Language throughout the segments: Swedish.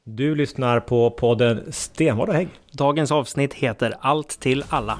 Du lyssnar på podden Stenvard och Hägg. Dagens avsnitt heter Allt till alla.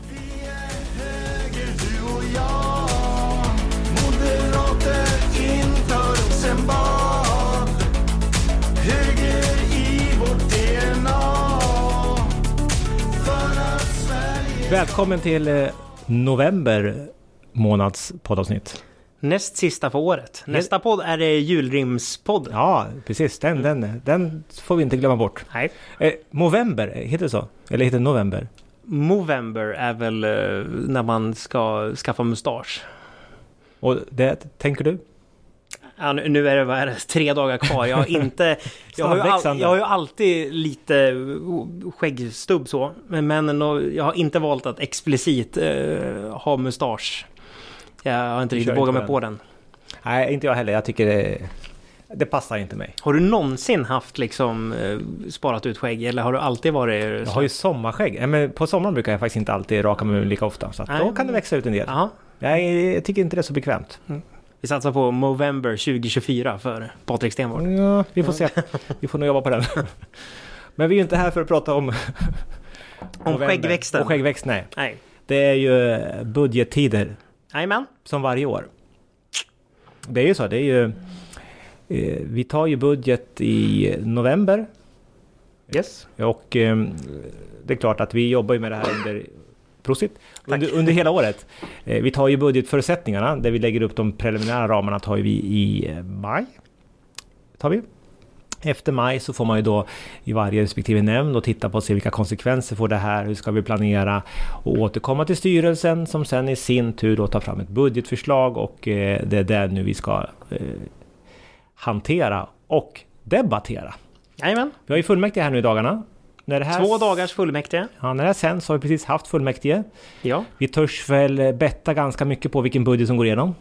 Välkommen till november månads poddavsnitt. Näst sista för året. Nästa podd är det julrimspodden. Ja, precis. Den får vi inte glömma bort. Nej. November, heter det så? Eller heter det november? Movember är väl när man ska skaffa mustasch. Och det tänker du? Ja, nu är det 3 dagar kvar. Jag har ju alltid lite skäggstubb så. Men jag har inte valt att explicit ha mustasch. Jag har inte riktigt vågat mig på den. Nej, inte jag heller. Jag tycker det passar inte mig. Har du någonsin haft liksom sparat ut skägg? Eller har du alltid varit... Jag har ju sommarskägg. Men på sommaren brukar jag faktiskt inte alltid raka mig lika ofta. Så att då kan det växa ut en del. Jag tycker inte det är så bekvämt. Vi satsar på Movember 2024 för Patrik Stenvard. Ja, vi får se. Vi får nog jobba på den. Men vi är ju inte här för att prata om skäggväxten. Och skäggväxt, nej. Det är ju budgettider. Jajamän. Som varje år. Det är ju så. Det är ju, vi tar ju budget i november. Yes. Och det är klart att vi jobbar ju med det här under hela året. Vi tar ju budgetförutsättningarna där vi lägger upp de preliminära ramarna tar vi i maj. Efter maj så får man ju då i varje respektive nämnd och titta på och se vilka konsekvenser får det här, hur ska vi planera och återkomma till styrelsen som sen i sin tur då tar fram ett budgetförslag och det är det nu vi ska hantera och debattera. Jajamän. Vi har ju fullmäktige här nu i dagarna. 2 dagars fullmäktige. Ja, när det här sen så har vi precis haft fullmäktige. Ja. Vi törs väl betta ganska mycket på vilken budget som går igenom.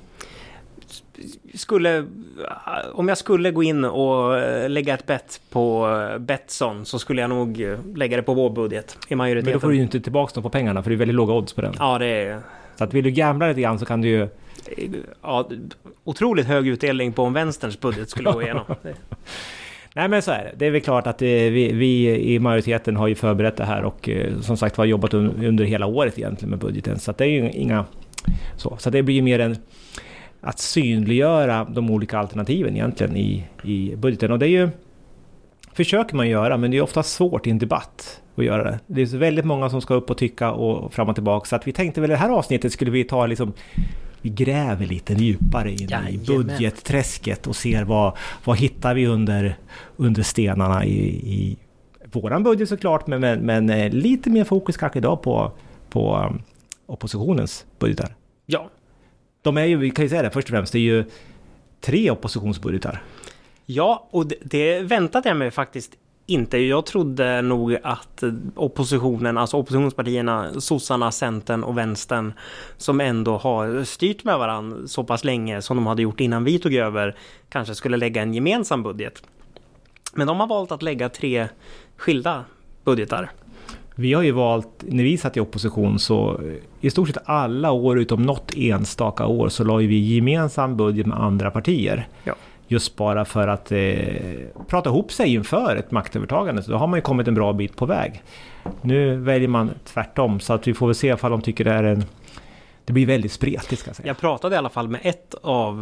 Om jag skulle gå in och lägga ett bett på Betsson så skulle jag nog lägga det på vår budget i majoriteten. Men då får du ju inte tillbaka dem på pengarna för det är väldigt låga odds på den. Ja, det är... Så att vill du gambla lite grann så kan du ju... Ja, otroligt hög utdelning på om vänsterns budget skulle gå igenom. Nej, men så är det. Det är väl klart att vi i majoriteten har ju förberett det här och som sagt har jobbat under hela året egentligen med budgeten. Så att det är ju inga... Så det blir ju mer en... att synliggöra de olika alternativen egentligen i budgeten. Och det är ju, försöker man göra, men det är ofta svårt i en debatt att göra det. Det är så väldigt många som ska upp och tycka och fram och tillbaka. Så att vi tänkte väl det här avsnittet skulle vi ta liksom, vi gräver lite djupare in i budgetträsket och ser vad hittar vi under stenarna i våran budget såklart. Men lite mer fokus kanske idag på oppositionens budgetar. Ja. De är ju, vi kan ju säga det först och främst, det är ju 3 oppositionsbudgetar. Ja, och det väntade jag mig faktiskt inte. Jag trodde nog att oppositionen, alltså oppositionspartierna, sossarna, Centern och Vänstern, som ändå har styrt med varandra så pass länge som de hade gjort innan vi tog över, kanske skulle lägga en gemensam budget. Men de har valt att lägga 3 skilda budgetar. Vi har ju valt, när vi satt i opposition så i stort sett alla år utom något enstaka år så la vi gemensam budget med andra partier. Ja. Just bara för att prata ihop sig inför ett maktövertagande. Så då har man ju kommit en bra bit på väg. Nu väljer man tvärtom så att vi får väl se ifall de tycker det är det blir väldigt spretigt, ska jag säga. Jag pratade i alla fall med ett av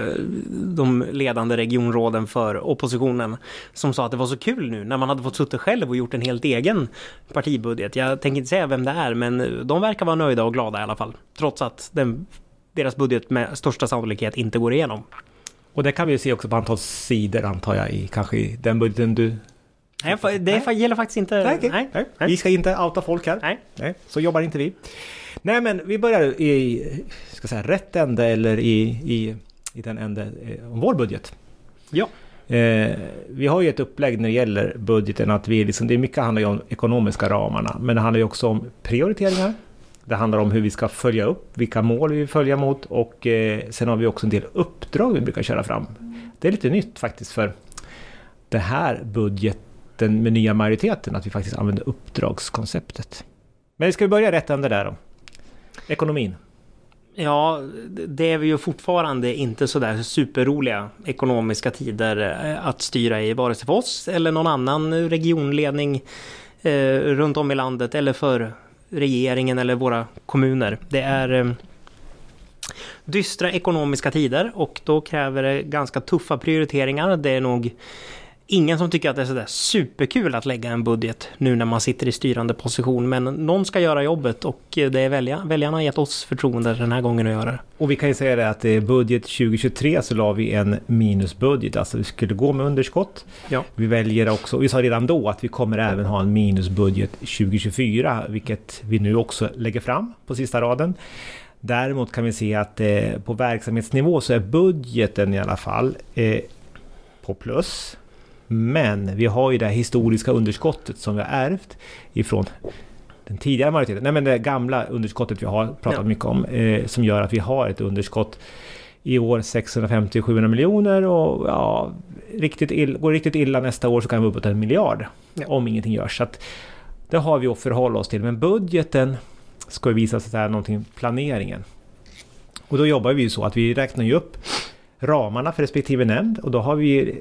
de ledande regionråden för oppositionen som sa att det var så kul nu när man hade fått suttit själv och gjort en helt egen partibudget. Jag tänker inte säga vem det är, men de verkar vara nöjda och glada i alla fall. Trots att deras budget med största sannolikhet inte går igenom. Och det kan vi ju se också på antal sidor, antar jag, kanske i den budgeten du... Nej, det gäller faktiskt inte... Nej. Vi ska inte outa folk här. Nej. Så jobbar inte vi. Nej, men vi börjar i rätt ände eller i den ände om vår budget. Ja. Vi har ju ett upplägg när det gäller budgeten att vi liksom, det är mycket handlar ju om ekonomiska ramarna, men det handlar ju också om prioriteringar. Det handlar om hur vi ska följa upp, vilka mål vi vill följa mot och sen har vi också en del uppdrag vi brukar köra fram. Det är lite nytt faktiskt för det här budgeten med nya majoriteten att vi faktiskt använder uppdragskonceptet. Men vi ska börja rätt ända där då. Ekonomin. Ja, det är vi ju fortfarande inte så där superroliga ekonomiska tider att styra i, vare sig för oss eller någon annan regionledning runt om i landet eller för regeringen eller våra kommuner. Det är dystra ekonomiska tider och då kräver det ganska tuffa prioriteringar. Det är nog ingen som tycker att det är sådär superkul att lägga en budget nu när man sitter i styrande position, men någon ska göra jobbet och det är väljarna har gett oss förtroende den här gången att göra det. Och vi kan ju säga det att i budget 2023 så la vi en minusbudget, alltså vi skulle gå med underskott. Ja. Vi väljer också, vi sa redan då att vi kommer även ha en minusbudget 2024, vilket vi nu också lägger fram på sista raden. Däremot kan vi se att på verksamhetsnivå så är budgeten i alla fall på plus. Men vi har ju det här historiska underskottet som vi har ärvt ifrån den tidigare majoriteten. Nej, men det gamla underskottet vi har pratat mycket om, som gör att vi har ett underskott i år 650-700 miljoner och går riktigt illa nästa år så kan vi uppåt 1 miljard om ingenting görs. Så att det har vi att förhålla oss till. Men budgeten ska ju visa sig här någonting, planeringen. Och då jobbar vi ju så att vi räknar ju upp ramarna för respektive nämnd och då har vi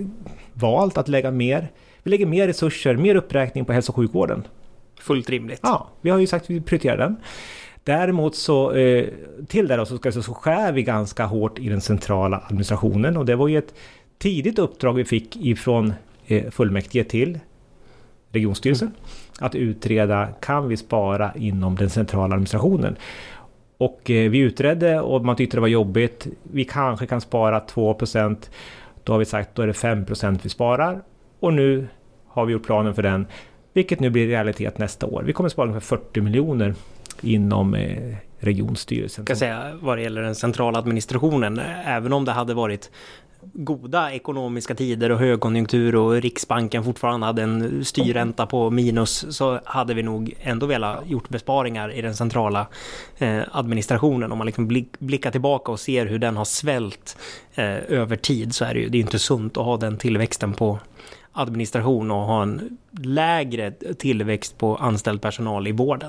valt att lägga mer resurser, mer uppräkning på hälso- och sjukvården. Fullt rimligt. Ja, vi har ju sagt att vi prioriterar den. Däremot så till det då så skär vi ganska hårt i den centrala administrationen och det var ju ett tidigt uppdrag vi fick ifrån fullmäktige till regionstyrelsen att utreda, kan vi spara inom den centrala administrationen? Och vi utredde och man tyckte det var jobbigt. Vi kanske kan spara 2%. Då har vi sagt då är det 5% vi sparar. Och nu har vi gjort planen för den. Vilket nu blir realitet nästa år. Vi kommer spara ungefär 40 miljoner inom regionstyrelsen. Jag kan säga vad det gäller den centrala administrationen. Även om det hade varit goda ekonomiska tider och högkonjunktur och Riksbanken fortfarande hade en styrränta på minus, så hade vi nog ändå velat gjort besparingar i den centrala administrationen. Om man liksom blickar tillbaka och ser hur den har svällt över tid, så är det är inte sunt att ha den tillväxten på administration och ha en lägre tillväxt på anställd personal i vården.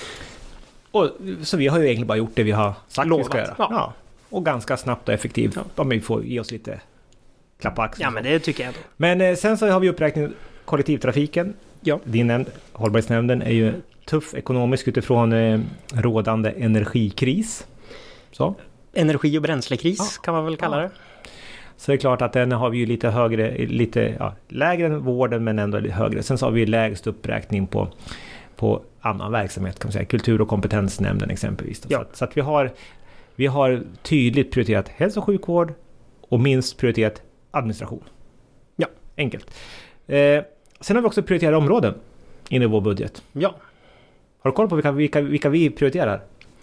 Och, så vi har ju egentligen bara gjort det vi har sagt lovat. Vi ska göra. Ja. Och ganska snabbt och effektivt. Om vi får ge oss lite klapp på axeln. Ja, men det tycker jag ändå. Men sen så har vi uppräkning kollektivtrafiken. Ja. Din nämnd, Hållbarhetsnämnden, är ju tuff ekonomiskt utifrån rådande energikris. Så. Energi- och bränslekris kan man väl kalla det. Så det är klart att den har vi ju lite högre, lägre än vården men ändå lite högre. Sen så har vi lägst uppräkning på annan verksamhet, kan man säga. Kultur- och kompetensnämnden exempelvis. Ja. Så att vi har tydligt prioriterat hälso- och sjukvård och minst prioriterat administration. Ja. Enkelt. Sen har vi också prioriterat områden i vår budget. Ja. Har du koll på vilka vi prioriterar?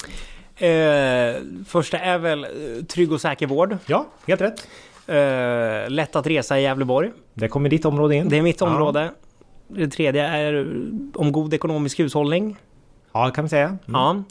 Första är väl trygg och säker vård. Ja, helt rätt. Lätt att resa i Gävleborg. Det kommer ditt område in. Det är mitt område. Det tredje är om god ekonomisk hushållning. Ja, kan man säga. Ja.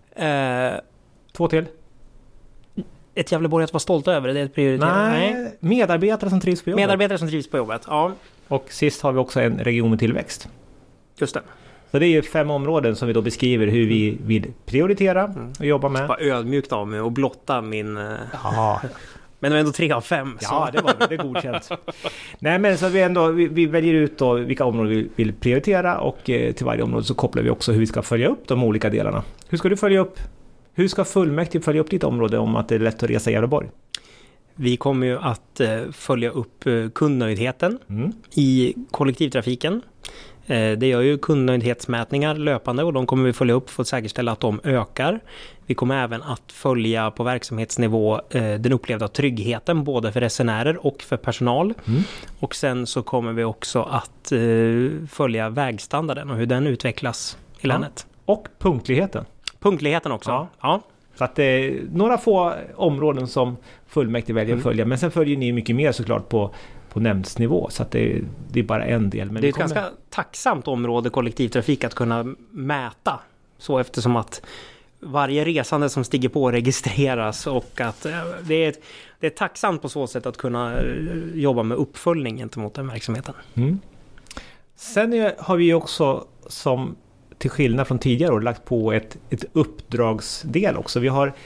2 till. Ett Gävleborg att vara stolt över, det är ett prioriterat. Nej, medarbetare som trivs på jobbet. Medarbetare som trivs på jobbet, ja. Och sist har vi också en region med tillväxt. Just det. Så det är ju 5 områden som vi då beskriver hur vi vill prioritera och jobba med. Bara ödmjukt av mig och blotta min... Ja. Men det var ändå 3 av 5. Ja, det är godkänt. Nej, men så vi väljer ut då vilka områden vi vill prioritera och till varje område så kopplar vi också hur vi ska följa upp de olika delarna. Hur ska du följa upp? Hur ska fullmäktige följa upp ditt område om att det är lätt att resa i Gävleborg? Vi kommer ju att följa upp kundnöjdheten i kollektivtrafiken. Det gör ju kundnöjdhetsmätningar löpande och de kommer vi följa upp för att säkerställa att de ökar. Vi kommer även att följa på verksamhetsnivå den upplevda tryggheten både för resenärer och för personal. Och sen så kommer vi också att följa vägstandarden och hur den utvecklas i länet. Och punktligheten. Punktligheten också. Ja. Så att det är några få områden som fullmäktige väljer att följa. Men sen följer ni mycket mer såklart på nämndsnivå. Så att det är bara en del. Men det är ett ganska tacksamt område kollektivtrafik att kunna mäta. Så eftersom att varje resande som stiger på registreras och att det är tacksamt på så sätt att kunna jobba med uppföljning gentemot den verksamheten. Sen har vi också som till skillnad från tidigare år lagt på ett uppdragsdel också. Vi har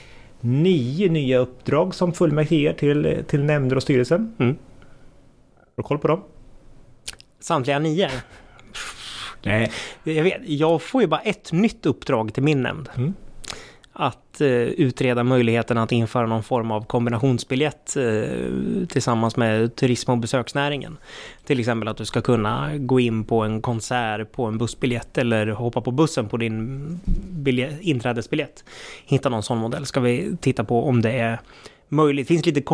9 nya uppdrag som fullmäktige ger till nämnder och styrelsen. Har du koll på dem? Samtliga 9? Nej. Jag får ju bara ett nytt uppdrag till min nämnd. Att utreda möjligheten att införa någon form av kombinationsbiljett tillsammans med turism- och besöksnäringen. Till exempel att du ska kunna gå in på en konsert på en bussbiljett eller hoppa på bussen på din inträdesbiljett. Hitta någon sån modell. Ska vi titta på om det är möjligt. Det finns lite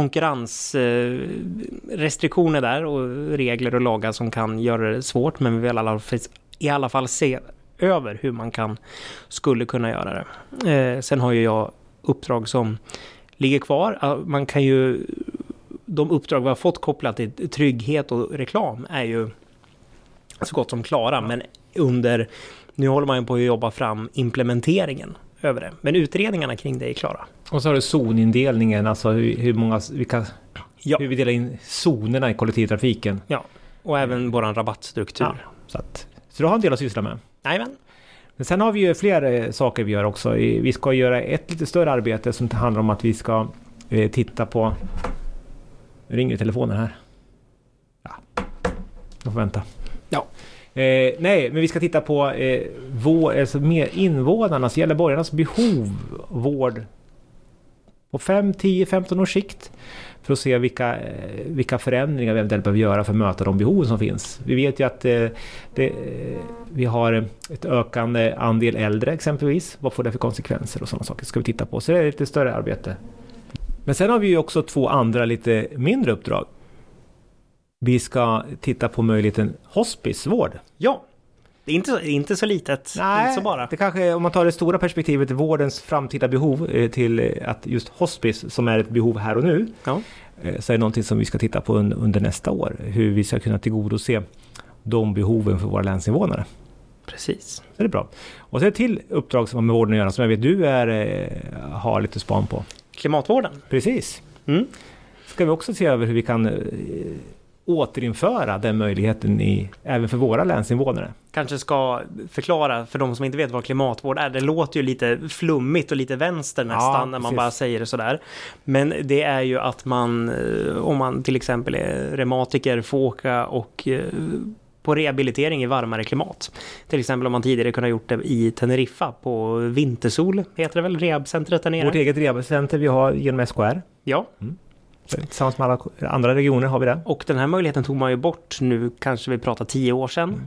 konkurrensrestriktioner där och regler och lagar som kan göra det svårt, men vi vill i alla fall se över hur man skulle kunna göra det. Sen har ju jag uppdrag som ligger kvar. Man kan ju, de uppdrag vi har fått kopplat till trygghet och reklam är ju så gott som klara, men nu håller man ju på att jobba fram implementeringen över det. Men utredningarna kring det är klara. Och så har du zonindelningen, alltså hur vi delar in zonerna i kollektivtrafiken. Ja, och även våran rabattstruktur. Ja, så du har en del att syssla med. Jajamän. Men sen har vi ju fler saker vi gör också. Vi ska göra ett lite större arbete som handlar om att vi ska titta på... Nu ringer telefonen här. Ja, jag får vänta. Ja. Nej, men vi ska titta på mer invånarnas, gällborgarnas behov vård på 5, 10, 15 års sikt för att se vilka förändringar vi eventuellt behöver göra för att möta de behov som finns. Vi vet ju att vi har ett ökande andel äldre exempelvis. Vad får det för konsekvenser och sådana saker ska vi titta på. Så det är lite större arbete. Men sen har vi ju också 2 andra lite mindre uppdrag. Vi ska titta på möjligheten hospicevård. Ja, det är inte så litet. Nej, inte så bara. Det kanske, om man tar det stora perspektivet, vårdens framtida behov till att just hospice, som är ett behov här och nu, så är det någonting som vi ska titta på under nästa år. Hur vi ska kunna tillgodose de behoven för våra länsinvånare. Precis. Så det är bra. Och så är det till uppdrag som har med vården att göra, som jag vet du har lite span på. Klimatvården. Precis. Ska vi också se över hur vi kan återinföra den möjligheten även för våra länsinvånare. Kanske ska förklara för de som inte vet vad klimatvård är. Det låter ju lite flummigt och lite vänster nästan när man bara säger det sådär. Men det är ju att man, om man till exempel är reumatiker, får åka och på rehabilitering i varmare klimat. Till exempel om man tidigare kunde ha gjort det i Teneriffa på Vintersol, heter det väl, rehabcentret där nere. Vårt eget rehabcenter vi har genom SKR. Ja. Tillsammans med alla andra regioner har vi det. Och den här möjligheten tog man ju bort nu, kanske vi pratar 10 år sedan.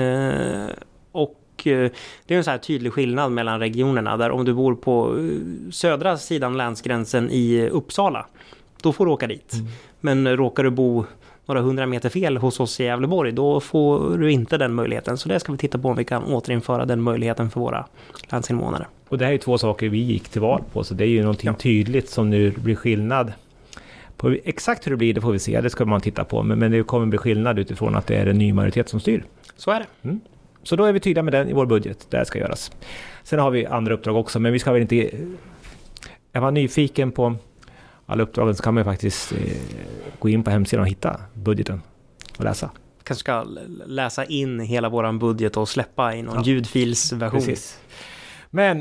Och det är en så här tydlig skillnad mellan regionerna, där om du bor på södra sidan länsgränsen i Uppsala, då får du åka dit. Men råkar du bo några 100 meter fel hos oss i Gävleborg, då får du inte den möjligheten. Så det ska vi titta på om vi kan återinföra den möjligheten för våra länsinvånare. Och det här är 2 saker vi gick till val på, så det är ju någonting tydligt som nu blir skillnad. På exakt hur det blir, det får vi se, det ska man titta på. Men det kommer bli skillnad utifrån att det är en ny majoritet som styr. Så är det. Så då är vi tydliga med den i vår budget, det ska göras. Sen har vi andra uppdrag också, men vi ska väl inte... Jag var nyfiken på alla uppdragen, så kan man ju faktiskt gå in på hemsidan och hitta budgeten och läsa. Kanske ska läsa in hela våran budget och släppa i någon ljudfilsversion. Precis. Men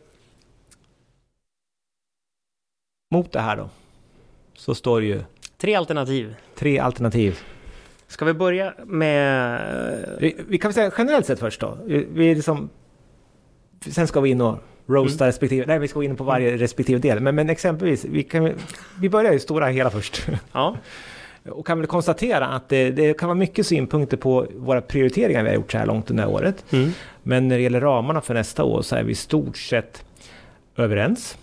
mot det här då, så står det ju 3 alternativ. 3 alternativ. Ska vi börja med... Vi kan väl säga generellt sett först då. Vi liksom, sen ska vi in och roasta respektive... Nej, vi ska gå in på varje respektive del. Men exempelvis, vi börjar ju stora hela först. Ja. Och kan väl konstatera att det kan vara mycket synpunkter på våra prioriteringar vi har gjort så här långt under året. Men när det gäller ramarna för nästa år så är vi i stort sett överens.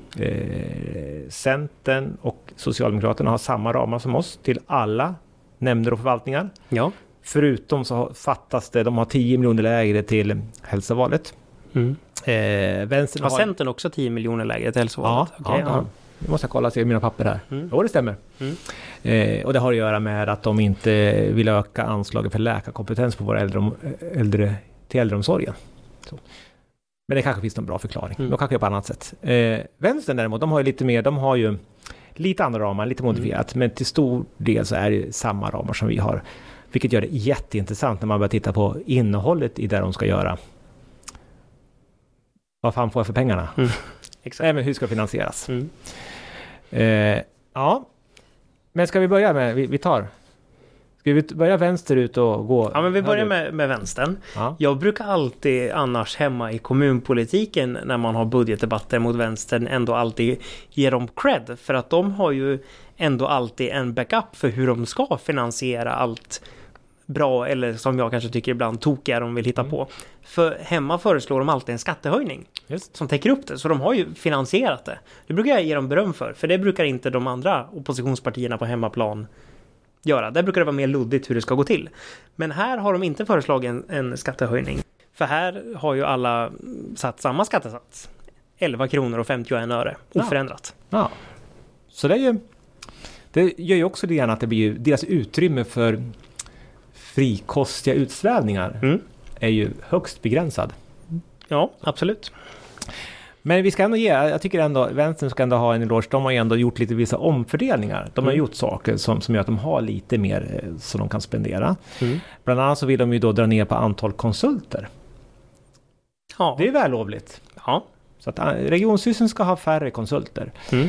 Centern och Socialdemokraterna har samma ramar som oss till alla nämnder och förvaltningar. Ja. Förutom så fattas det, de har 10 miljoner lägre till hälsovalet. Vänstern har Centern också 10 miljoner lägre till hälsovalet? Ja. Nu måste jag kolla och se mina papper här. Jo, det stämmer. Och det har att göra med att de inte vill öka anslaget för läkarkompetens på våra äldre till äldreomsorgen. Så. Men det kanske finns någon bra förklaring. De kanske gör på annat sätt. Vänstern däremot, de har ju lite andra ramar, lite modifierat. Men till stor del så är det samma ramar som vi har. Vilket gör det jätteintressant när man börjar titta på innehållet i det de ska göra. Vad fan får jag för pengarna? exakt. Även hur ska det finansieras? Ja, men ska vi börja med, vi tar... Ska vi börja vänsterut och gå... Ja, men vi börjar med vänstern. Ja. Jag brukar alltid annars hemma i kommunpolitiken när man har budgetdebatter mot vänstern ändå alltid ge dem cred. För att de har ju ändå alltid en backup för hur de ska finansiera allt bra eller som jag kanske tycker ibland tokiga de vill hitta på. För hemma föreslår de alltid en skattehöjning som täcker upp det. Så de har ju finansierat det. Det brukar jag ge dem beröm för det brukar inte de andra oppositionspartierna på hemmaplan göra. Där brukar det vara mer luddigt hur det ska gå till. Men här har de inte föreslagit en skattehöjning. För här har ju alla satt samma skattesats. 11 kronor och 51 öre. Oförändrat. Ja. Så det gör ju också det gärna att det blir ju, deras utrymme för frikostiga utsvävningar är ju högst begränsad. Ja, absolut. Men vi ska ändå jag tycker ändå vänstern ska ändå ha en eloge. De har ju ändå gjort lite vissa omfördelningar. De har gjort saker som gör att de har lite mer som de kan spendera. Bland annat så vill de ju då dra ner på antal konsulter. Ja. Det är vällovligt. Ja. Så att regionstyrelsen ska ha färre konsulter.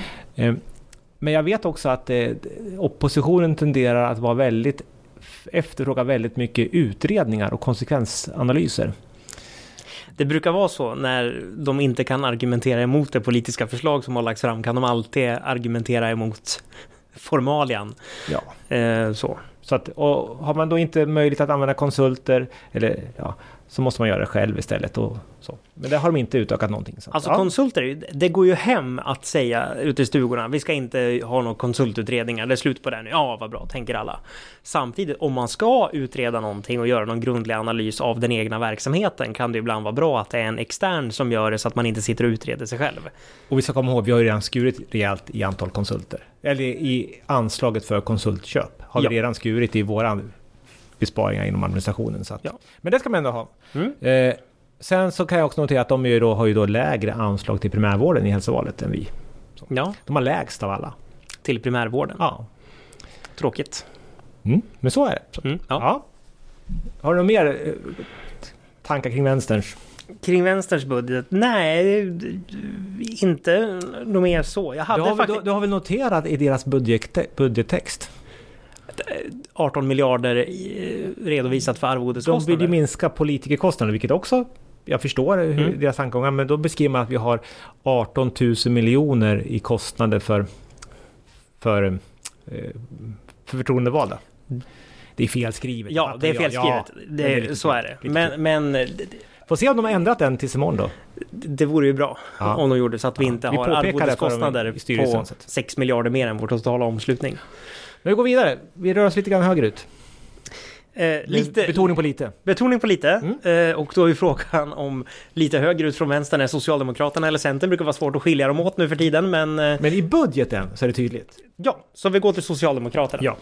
Men jag vet också att oppositionen tenderar att vara efterfråga väldigt mycket utredningar och konsekvensanalyser. Det brukar vara så när de inte kan argumentera emot det politiska förslag som har lagts fram kan de alltid argumentera emot formalian. Ja. Så att, och har man då inte möjlighet att använda konsulter så måste man göra det själv istället och så. Men det har de inte utökat någonting. Så. Alltså konsulter, det går ju hem att säga ute i stugorna, vi ska inte ha några konsultutredningar, det är slut på det nu. Ja, vad bra, tänker alla. Samtidigt, om man ska utreda någonting och göra någon grundlig analys av den egna verksamheten kan det ibland vara bra att det är en extern som gör det så att man inte sitter och utreder sig själv. Och vi ska komma ihåg, vi har ju redan skurit rejält i antal konsulter. Eller i anslaget för konsultköp. Har vi redan skurit i våran besparingar inom administrationen. Så att. Men det ska man ändå ha. Sen så kan jag också notera att de har ju lägre anslag till primärvården i hälsovalet än vi. Så. Ja. De har lägst av alla. Till primärvården? Ja. Tråkigt. Men så är det. Så. Ja. Har du några mer tankar kring vänsterns? Kring vänsterns budget? Nej, inte något mer så. Du har väl noterat i deras budgettext? 18 miljarder redovisat för arvodeskostnader. De vill ju minska politikerkostnader, vilket också jag förstår deras tankegångar, men då beskriver man att vi har 18 000 miljoner i kostnader för förtroendevalda. Det är felskrivet. Ja, det är felskrivet. Ja, så är det. Men får se om de har ändrat den tills imorgon då. Det vore ju bra om de gjorde så att vi inte har arvodeskostnader på 6 miljarder mer än vår totala omslutning. Men vi går vidare. Vi rör oss lite grann högerut. Betoning på lite. Betoning på lite. Och då är ju frågan om lite högerut från vänstern är Socialdemokraterna eller Centern. Brukar vara svårt att skilja dem åt nu för tiden. Men i budgeten så är det tydligt. Ja, så vi går till Socialdemokraterna. Ja.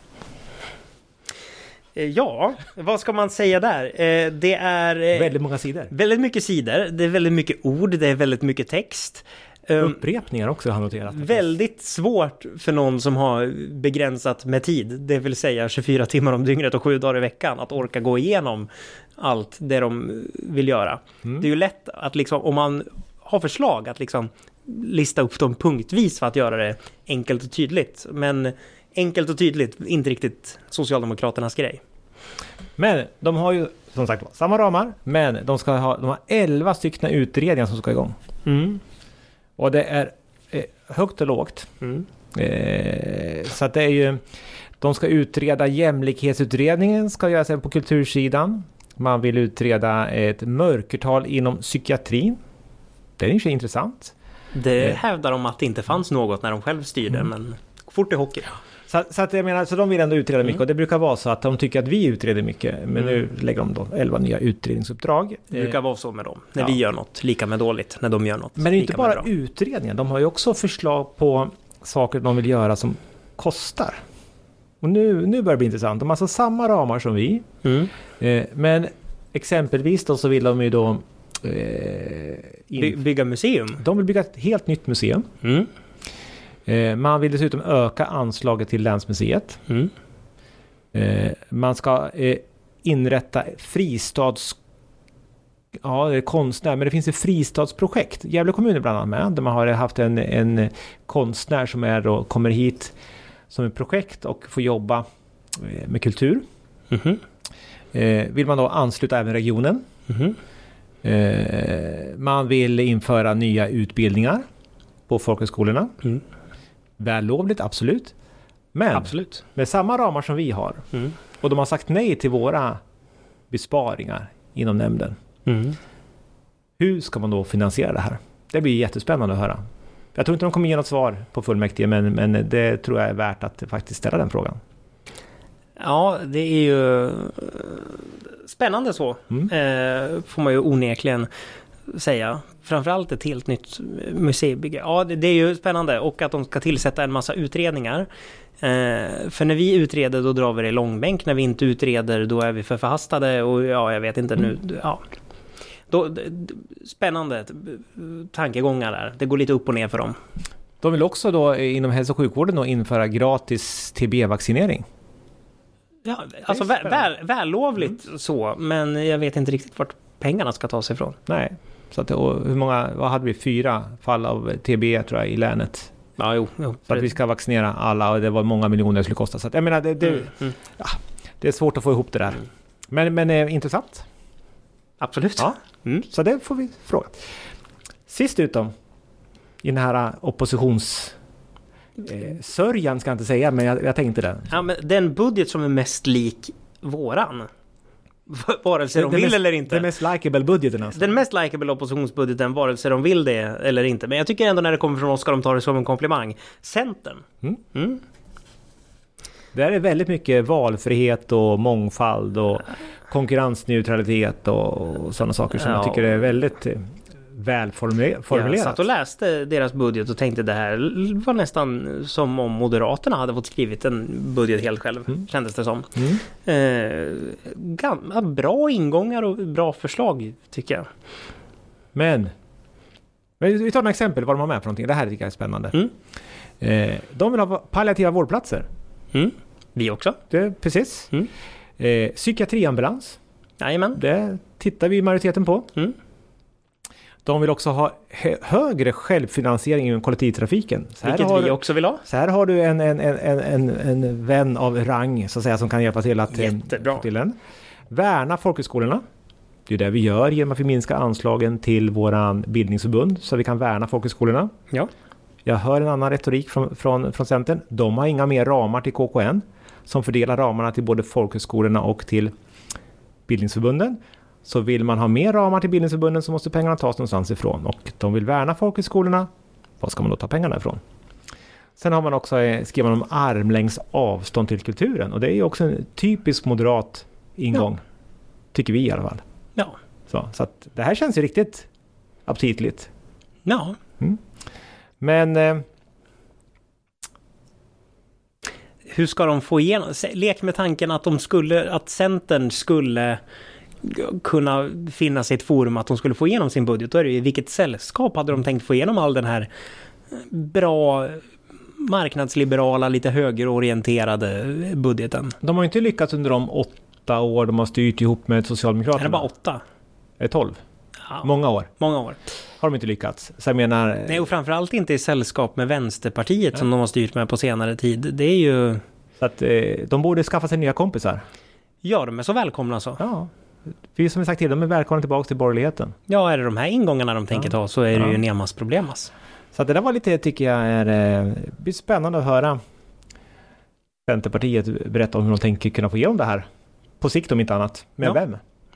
Ja, vad ska man säga där? Det är väldigt många sidor. Väldigt mycket sidor. Det är väldigt mycket ord. Det är väldigt mycket text. Upprepningar också har noterat. Väldigt svårt för någon som har begränsat med tid, det vill säga 24 timmar om dygnet och 7 dagar i veckan, att orka gå igenom allt det de vill göra. Det är ju lätt att liksom, om man har förslag att liksom lista upp dem punktvis för att göra det enkelt och tydligt. Men enkelt och tydligt, inte riktigt Socialdemokraternas grej. Men de har ju som sagt samma ramar, men de har 11 stycken utredningar som ska igång. Och det är högt och lågt. Så att det är ju, de ska utreda jämlikhetsutredningen, ska göras på kultursidan. Man vill utreda ett mörkertal inom psykiatrin. Det är ju intressant. Det hävdar de att det inte fanns något när de själv styrde, men fort i hockey. Så att jag menar, så de vill ändå utreda mycket och det brukar vara så att de tycker att vi utreder mycket, men nu lägger de då 11 nya utredningsuppdrag. Det brukar vara så med dem. När vi gör något lika med dåligt, när de gör något. Men det är inte bara utredningar, de har ju också förslag på saker de vill göra som kostar. Och nu börjar det bli intressant. De har alltså samma ramar som vi. Men exempelvis då så vill de ju då bygga museum. De vill bygga ett helt nytt museum. Man vill dessutom öka anslaget till länsmuseet. Man ska inrätta Ja, det är konstnär, men det finns ett fristadsprojekt. Gävle kommun bland annat med, där man har haft en konstnär som kommer hit som ett projekt och får jobba med kultur. Vill man då ansluta även regionen. Man vill införa nya utbildningar på folkhögskolorna. Vällovligt, absolut. Men med samma ramar som vi har. Och de har sagt nej till våra besparingar inom nämnden. Hur ska man då finansiera det här? Det blir jättespännande att höra. Jag tror inte de kommer ge något svar på fullmäktige, men det tror jag är värt att faktiskt ställa den frågan. Ja, det är ju spännande så. Får man ju onekligen säga. Framförallt ett helt nytt museibygge. Ja, det är ju spännande. Och att de ska tillsätta en massa utredningar. För när vi utreder, då drar vi det i långbänk. När vi inte utreder, då är vi för förhastade. Och ja, jag vet inte nu. Ja. Spännande tankegångar där. Det går lite upp och ner för dem. De vill också då inom hälso- och sjukvården då införa gratis TB-vaccinering. Ja, alltså vällovligt så. Men jag vet inte riktigt vart pengarna ska ta sig ifrån. Nej. Så att, hur många, vad hade vi? 4 fall av TB tror jag i länet. Ja, jo, så att vi ska vaccinera alla och det var många miljoner det skulle kosta. Så att, jag menar, ja, det är svårt att få ihop det där. Men intressant. Absolut. Ja. Så det får vi fråga. Sist utom i den här oppositionssörjan ska jag inte säga, men jag tänkte det. Ja, men den budget som är mest lik våran. Vare sig de vill eller inte. Den mest likeable budgeten alltså. Den mest likeable oppositionsbudgeten, vare sig de vill det eller inte. Men jag tycker ändå när det kommer från oss ska de ta det som en komplimang. Centern. Det är väldigt mycket valfrihet och mångfald och konkurrensneutralitet och sådana saker som jag tycker är väldigt välformulerat. Jag satt och läste deras budget och tänkte det här var nästan som om Moderaterna hade fått skrivit en budget helt själv, kändes det som. Bra ingångar och bra förslag tycker jag. Men vi tar ett exempel vad de har med för någonting. Det här tycker jag är spännande. De vill ha palliativa vårdplatser. Vi också. Precis. Psykiatriambulans. Jajamän. Det tittar vi i majoriteten på. De vill också ha högre självfinansiering inom kollektivtrafiken. Vilket vi också vill ha. Så här har du en vän av rang så att säga, som kan hjälpa till att få till den. Värna folkhögskolorna. Det är det vi gör genom att vi minskar anslagen till våran bildningsförbund så vi kan värna folkhögskolorna. Ja. Jag hör en annan retorik från Centern. De har inga mer ramar till KKN som fördelar ramarna till både folkhögskolorna och till bildningsförbunden. Så vill man ha mer ramar till bildningsförbunden så måste pengarna tas någonstans ifrån. Och de vill värna folkhögskolorna. Vad ska man då ta pengarna ifrån? Sen har man också skrivit om armlängds avstånd till kulturen. Och det är ju också en typisk moderat ingång. Ja. Tycker vi i alla fall. Ja. Så att det här känns ju riktigt aptitligt. Ja. Men hur ska de få igenom? Lek med tanken att att Centern skulle kunna finnas i ett forum, att de skulle få igenom sin budget. Då är det ju, vilket sällskap hade de tänkt få igenom all den här bra marknadsliberala, lite högerorienterade budgeten? De har ju inte lyckats under de 8 år de har styrt ihop med Socialdemokraterna. Är det bara 8? Är det 12? Ja. Många år. Har de inte lyckats. Så jag menar... Nej, och framförallt inte i sällskap med Vänsterpartiet som de har styrt med på senare tid. Det är ju... Så att de borde skaffa sig nya kompisar. Ja, de är så välkomna så. Ja. Vi som vi sagt till, de är välkomna tillbaka till borgerligheten. Ja, är det de här ingångarna de tänker ta så är det ju närmast problemas. Så att det där var lite, tycker jag, blir spännande att höra Centerpartiet berätta om hur de tänker kunna få igenom det här. På sikt om inte annat. Med vem?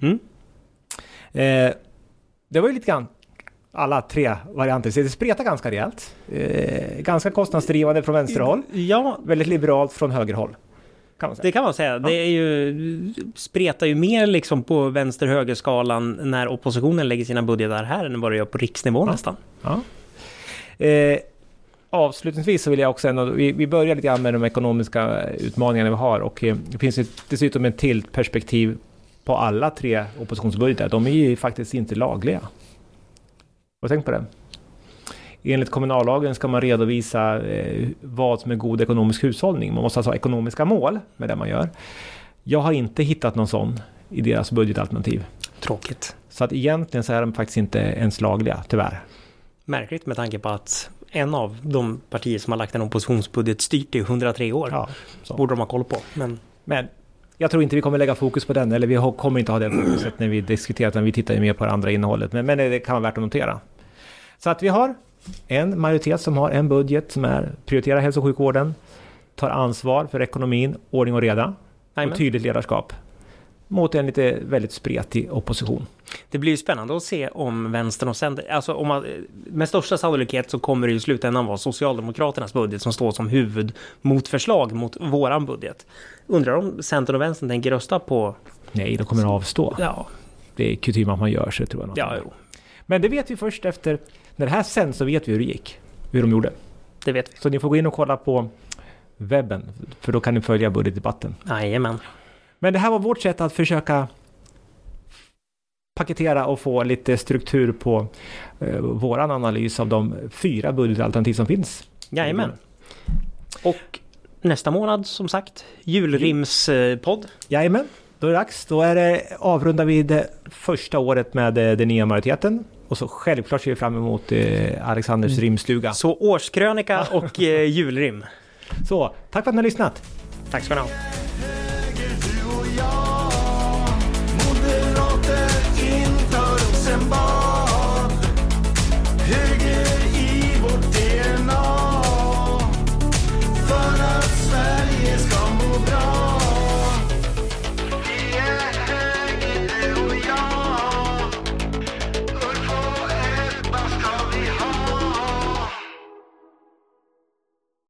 Det var ju lite grann alla 3 varianter. Så det spretar ganska rejält. Ganska kostnadsdrivande från vänsterhåll. Ja. Väldigt liberalt från högerhåll. Kan man säga. Det kan man säga. Ja. Det är ju, spretar ju mer liksom på vänster-högerskalan när oppositionen lägger sina budgetar här än vad det gör på riksnivå nästan. Ja. Avslutningsvis så vill jag också vi börjar lite grann med de ekonomiska utmaningarna vi har, och det finns dessutom ett till perspektiv på alla 3 oppositionsbudgetar. De är ju faktiskt inte lagliga. Vad tänk på det? Enligt kommunallagen ska man redovisa vad som är god ekonomisk hushållning. Man måste alltså ha ekonomiska mål med det man gör. Jag har inte hittat någon sån i deras budgetalternativ. Tråkigt. Så att egentligen så är de faktiskt inte ens lagliga, tyvärr. Märkligt med tanke på att en av de partier som har lagt en oppositionsbudget styrt i 103 år. Ja, så. Borde de ha koll på. Men jag tror inte vi kommer lägga fokus på den, eller vi kommer inte ha det fokuset när vi diskuterar, utan vi tittar ju mer på det andra innehållet. Men det kan vara värt att notera. Så att vi har en majoritet som har en budget som är prioritera hälso- och sjukvården, tar ansvar för ekonomin, ordning och reda och tydligt ledarskap mot en lite väldigt spretig opposition. Det blir ju spännande att se om vänstern och Centern, alltså med största sannolikhet så kommer det ju i slutändan vara Socialdemokraternas budget som står som huvudmotförslag mot våran budget. Undrar om Centern och vänstern tänker rösta på... Nej, de kommer att avstå. Ja. Det är kutym att man gör så, tror jag. Ja, jo. Men det vet vi först efter, när det här sen så vet vi hur det gick, hur de gjorde. Det vet vi. Så ni får gå in och kolla på webben, för då kan ni följa budgetdebatten. Jajamän. Men det här var vårt sätt att försöka paketera och få lite struktur på våran analys av de 4 budgetalternativ som finns. Jajamän. Och nästa månad, som sagt, julrimspodd. Jajamän, då är det dags. Då avrundar vi det första året med den nya majoriteten. Och så självklart ser vi fram emot Alexanders rimstuga. Så årskrönika och julrim. Så, tack för att ni har lyssnat. Tack ska ni ha.